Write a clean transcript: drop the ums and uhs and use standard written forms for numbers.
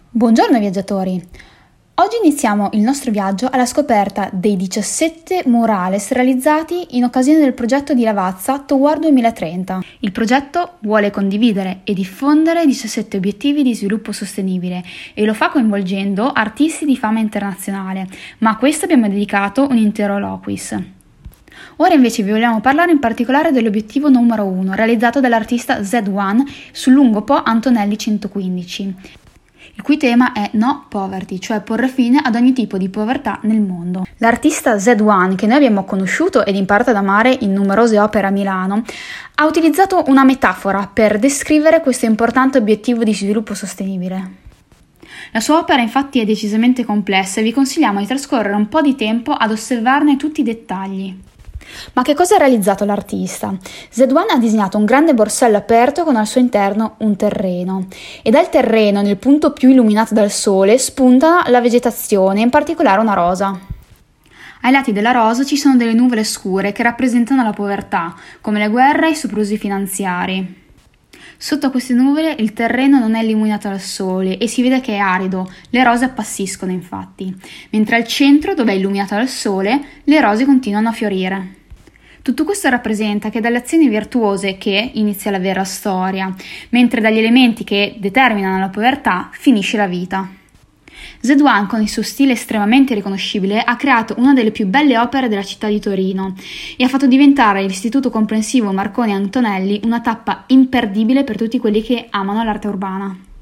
Buongiorno viaggiatori! Oggi iniziamo il nostro viaggio alla scoperta dei 17 murales realizzati in occasione del progetto di Lavazza Toward 2030. Il progetto vuole condividere e diffondere 17 obiettivi di sviluppo sostenibile e lo fa coinvolgendo artisti di fama internazionale, ma a questo abbiamo dedicato un intero loquis. Ora invece vi vogliamo parlare in particolare dell'obiettivo numero 1, realizzato dall'artista Z1 sul lungo Po Antonelli 115, il cui tema è No Poverty, cioè porre fine ad ogni tipo di povertà nel mondo. L'artista Z1, che noi abbiamo conosciuto ed imparato ad amare in numerose opere a Milano, ha utilizzato una metafora per descrivere questo importante obiettivo di sviluppo sostenibile. La sua opera infatti è decisamente complessa e vi consigliamo di trascorrere un po' di tempo ad osservarne tutti i dettagli. Ma che cosa ha realizzato l'artista? Z1 ha disegnato un grande borsello aperto con al suo interno un terreno e dal terreno, nel punto più illuminato dal sole, spunta la vegetazione, in particolare una rosa. Ai lati della rosa ci sono delle nuvole scure che rappresentano la povertà, come le guerre e i soprusi finanziari. Sotto queste nuvole il terreno non è illuminato dal sole e si vede che è arido, le rose appassiscono infatti, mentre al centro, dove è illuminato dal sole, le rose continuano a fiorire. Tutto questo rappresenta che dalle azioni virtuose che inizia la vera storia, mentre dagli elementi che determinano la povertà finisce la vita. Z1, con il suo stile estremamente riconoscibile, ha creato una delle più belle opere della città di Torino e ha fatto diventare l'Istituto Comprensivo Marconi Antonelli una tappa imperdibile per tutti quelli che amano l'arte urbana.